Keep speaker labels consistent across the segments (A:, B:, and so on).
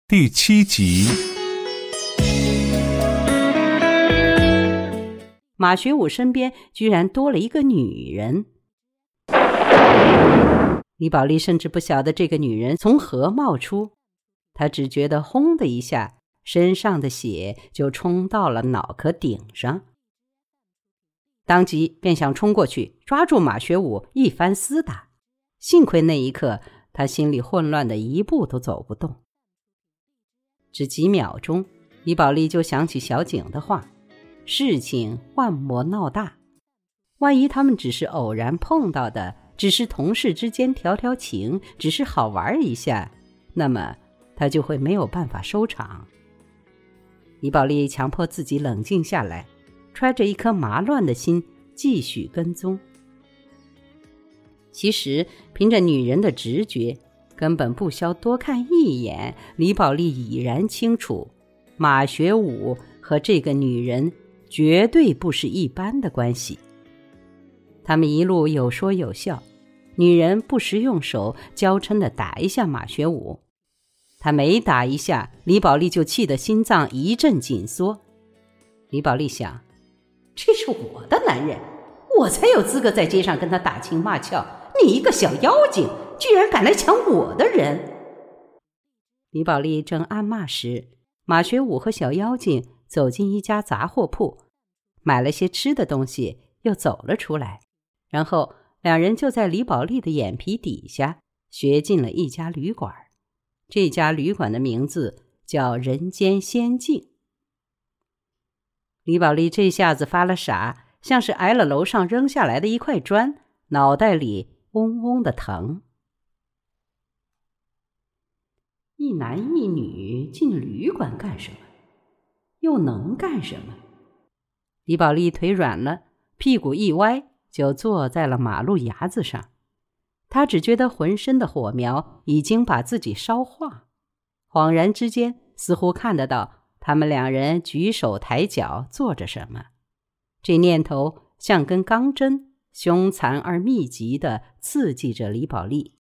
A: 第7集。
B: 马学武身边居然多了一个女人。李宝莉甚至不晓得这个女人从何冒出，她只觉得轰的一下，身上的血就冲到了脑壳顶上，当即便想冲过去抓住马学武一番厮打。幸亏那一刻他心里混乱的一步都走不动。只几秒钟，李宝莉就想起小景的话，事情万莫闹大，万一他们只是偶然碰到的，只是同事之间调调情，只是好玩一下，那么他就会没有办法收场。李宝莉强迫自己冷静下来，揣着一颗麻乱的心继续跟踪。其实凭着女人的直觉，根本不需要多看一眼，李宝莉已然清楚，马学武和这个女人绝对不是一般的关系。他们一路有说有笑，女人不时用手娇嗔地打一下马学武，他每打一下，李宝莉就气得心脏一阵紧缩。李宝莉想，这是我的男人，我才有资格在街上跟他打情骂俏，你一个小妖精居然敢来抢我的人。李宝莉正暗骂时，马学武和小妖精走进一家杂货铺，买了些吃的东西又走了出来，然后两人就在李宝莉的眼皮底下学进了一家旅馆。这家旅馆的名字叫人间仙境。李宝莉这下子发了傻，像是挨了楼上扔下来的一块砖，脑袋里嗡嗡的疼。一男一女进旅馆干什么？又能干什么？李宝莉腿软了，屁股一歪，就坐在了马路牙子上。她只觉得浑身的火苗已经把自己烧化，恍然之间似乎看得到他们两人举手抬脚做着什么。这念头像根钢针，凶残而密集地刺激着李宝莉。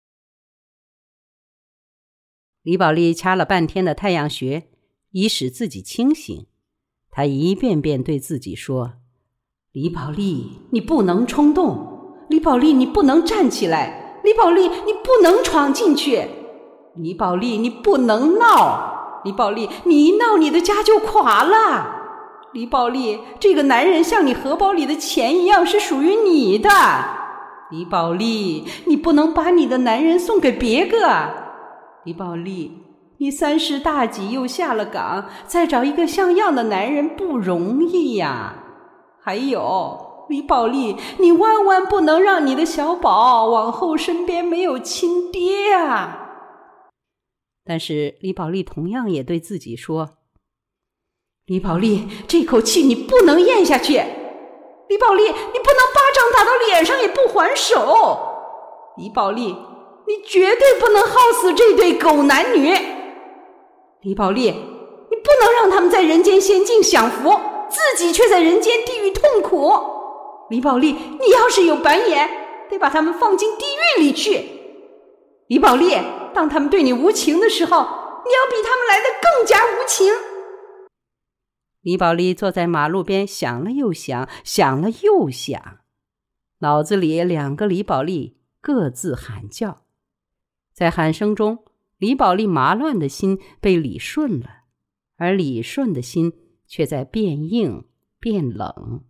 B: 李宝莉掐了半天的太阳穴，以使自己清醒。她一遍遍对自己说，李宝莉，你不能冲动，李宝莉，你不能站起来，李宝莉，你不能闯进去，李宝莉，你不能闹，李宝莉，你一闹你的家就垮了，李宝莉，这个男人像你荷包里的钱一样是属于你的，李宝莉，你不能把你的男人送给别个，李宝莉，你30大几又下了岗，再找一个像样的男人不容易呀。还有李宝莉，你万万不能让你的小宝往后身边没有亲爹啊。但是李宝莉同样也对自己说，李宝莉，这口气你不能咽下去，李宝莉，你不能巴掌打到脸上也不还手，李宝莉，你绝对不能耗死这对狗男女，李宝莉，你不能让他们在人间仙境享福，自己却在人间地狱痛苦，李宝莉，你要是有白眼，得把他们放进地狱里去，李宝莉，当他们对你无情的时候，你要比他们来得更加无情。李宝莉坐在马路边想了又想，想了又想，脑子里两个李宝莉各自喊叫，在喊声中，李宝莉麻乱的心被理顺了，而理顺的心却在变硬变冷。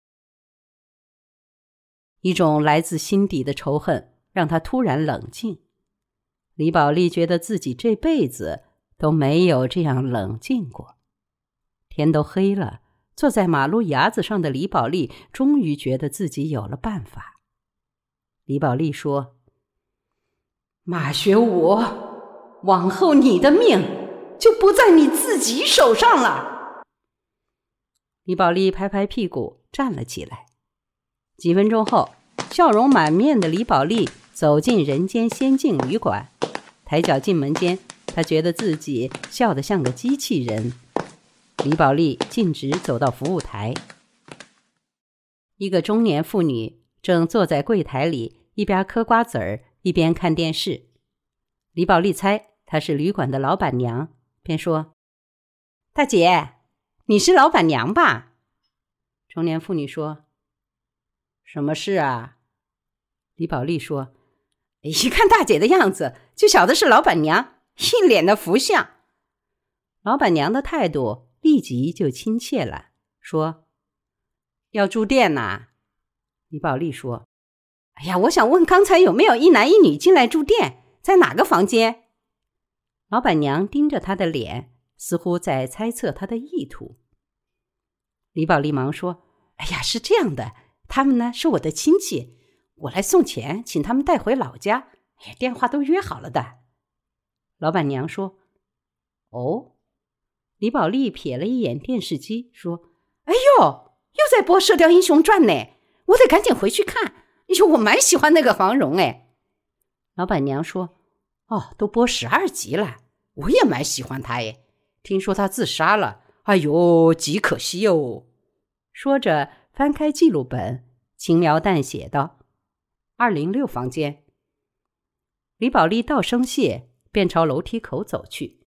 B: 一种来自心底的仇恨让她突然冷静。李宝莉觉得自己这辈子都没有这样冷静过。天都黑了，坐在马路牙子上的李宝莉终于觉得自己有了办法。李宝莉说，马学武，往后你的命就不在你自己手上了。李宝莉拍拍屁股站了起来。几分钟后，笑容满面的李宝莉走进人间仙境旅馆，抬脚进门间，她觉得自己笑得像个机器人。李宝莉径直走到服务台，一个中年妇女正坐在柜台里，一边嗑瓜子儿一边看电视。李宝莉猜她是旅馆的老板娘，便说：“大姐，你是老板娘吧？”中年妇女说：“什么事啊？”李宝莉说：“一看大姐的样子，就晓得是老板娘，一脸的福相。”老板娘的态度立即就亲切了，说：“要住店呐？”李宝莉说：“哎呀，我想问刚才有没有一男一女进来住店，在哪个房间？”老板娘盯着她的脸，似乎在猜测她的意图。李宝莉忙说：“哎呀，是这样的，他们呢是我的亲戚，我来送钱，请他们带回老家，电话都约好了的。”老板娘说：“哦。”李宝莉瞥了一眼电视机，说：“哎呦，又在播《射雕英雄传》呢，我得赶紧回去看。哎呦，我蛮喜欢那个黄蓉哎。”老板娘说：“哦，都播12集了，我也蛮喜欢他哎，听说他自杀了，哎呦，极可惜哟。”说着翻开记录本，轻描淡写道：“206房间。”李宝莉道声谢，便朝楼梯口走去。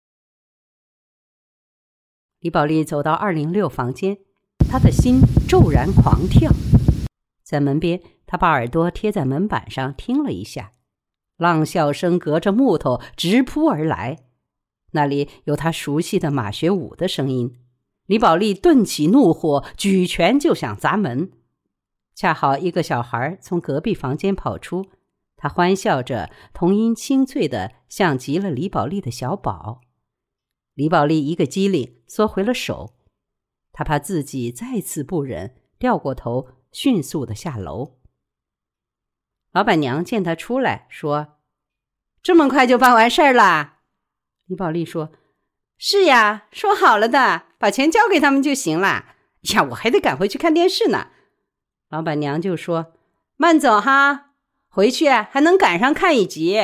B: 李宝莉走到206房间，她的心骤然狂跳。在门边，她把耳朵贴在门板上听了一下，浪笑声隔着木头直扑而来，那里有她熟悉的马学武的声音。李宝莉顿起怒火，举拳就想砸门。恰好一个小孩从隔壁房间跑出，他欢笑着，童音清脆的像极了李宝莉的小宝。李宝莉一个机灵，缩回了手。她怕自己再次不忍，掉过头，迅速的下楼。老板娘见她出来，说：“这么快就办完事儿了？”李宝莉说：“是呀，说好了的，把钱交给他们就行了。呀，我还得赶回去看电视呢。”老板娘就说：“慢走哈，回去还能赶上看一集。”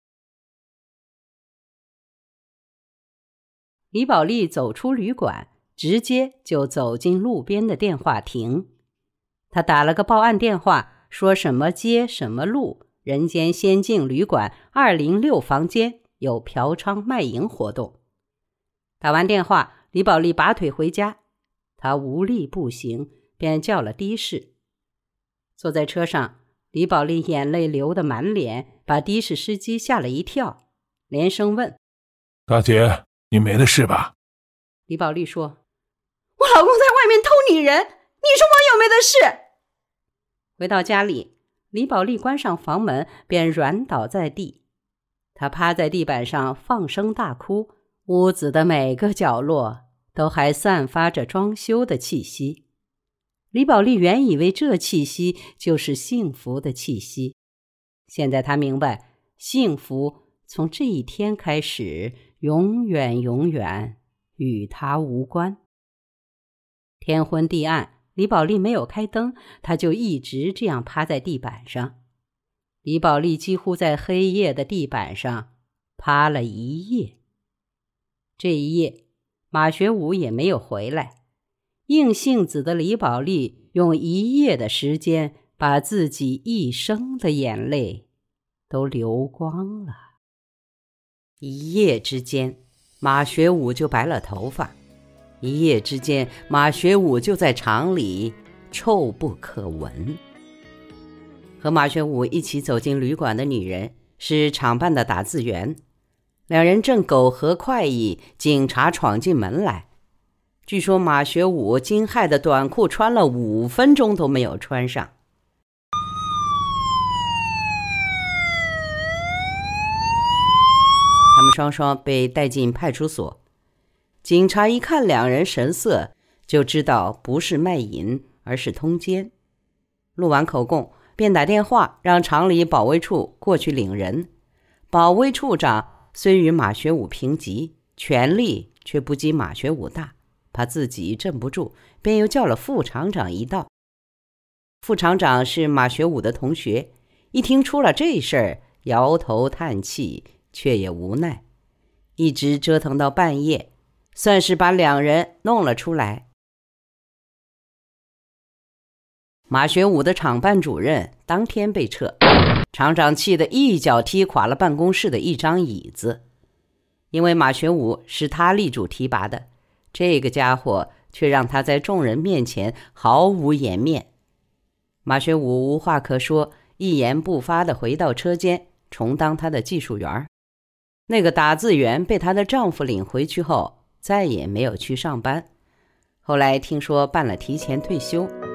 B: 李宝莉走出旅馆，直接就走进路边的电话亭。她打了个报案电话，说什么街什么路人间仙境旅馆206房间有嫖娼卖淫活动。打完电话，李宝莉拔腿回家，她无力步行，便叫了的士。坐在车上，李宝莉眼泪流得满脸，把的士司机吓了一跳，连声问：“
A: 大姐，你没的事吧？”
B: 李宝莉说：“我老公在外面偷女人，你说我有没的事？”回到家里，李宝莉关上房门，便软倒在地。她趴在地板上放声大哭，屋子的每个角落都还散发着装修的气息。李宝莉原以为这气息就是幸福的气息，现在她明白，幸福从这一天开始，永远永远与她无关。天昏地暗，李宝莉没有开灯，她就一直这样趴在地板上。李宝莉几乎在黑夜的地板上趴了一夜。这一夜，马学武也没有回来。硬性子的李宝莉用一夜的时间，把自己一生的眼泪都流光了。一夜之间，马学武就白了头发；一夜之间，马学武就在厂里臭不可闻。和马学武一起走进旅馆的女人是厂办的打字员，两人正苟合快意，警察闯进门来。据说马学武惊骇的短裤穿了5分钟都没有穿上。他们双双被带进派出所。警察一看两人神色，就知道不是卖淫，而是通奸。录完口供，便打电话让厂里保卫处过去领人。保卫处长虽与马学武平级，权力却不及马学武大，怕自己镇不住，便又叫了副厂长一道。副厂长是马学武的同学，一听出了这事儿，摇头叹气，却也无奈，一直折腾到半夜，算是把两人弄了出来。马学武的厂办主任当天被撤，厂长气得一脚踢垮了办公室的一张椅子。 因为马学武是他力主提拔的，这个家伙却让他在众人面前毫无颜面。马学武无话可说，一言不发地回到车间，重当他的技术员。那个打字员被她的丈夫领回去后，再也没有去上班。后来听说办了提前退休，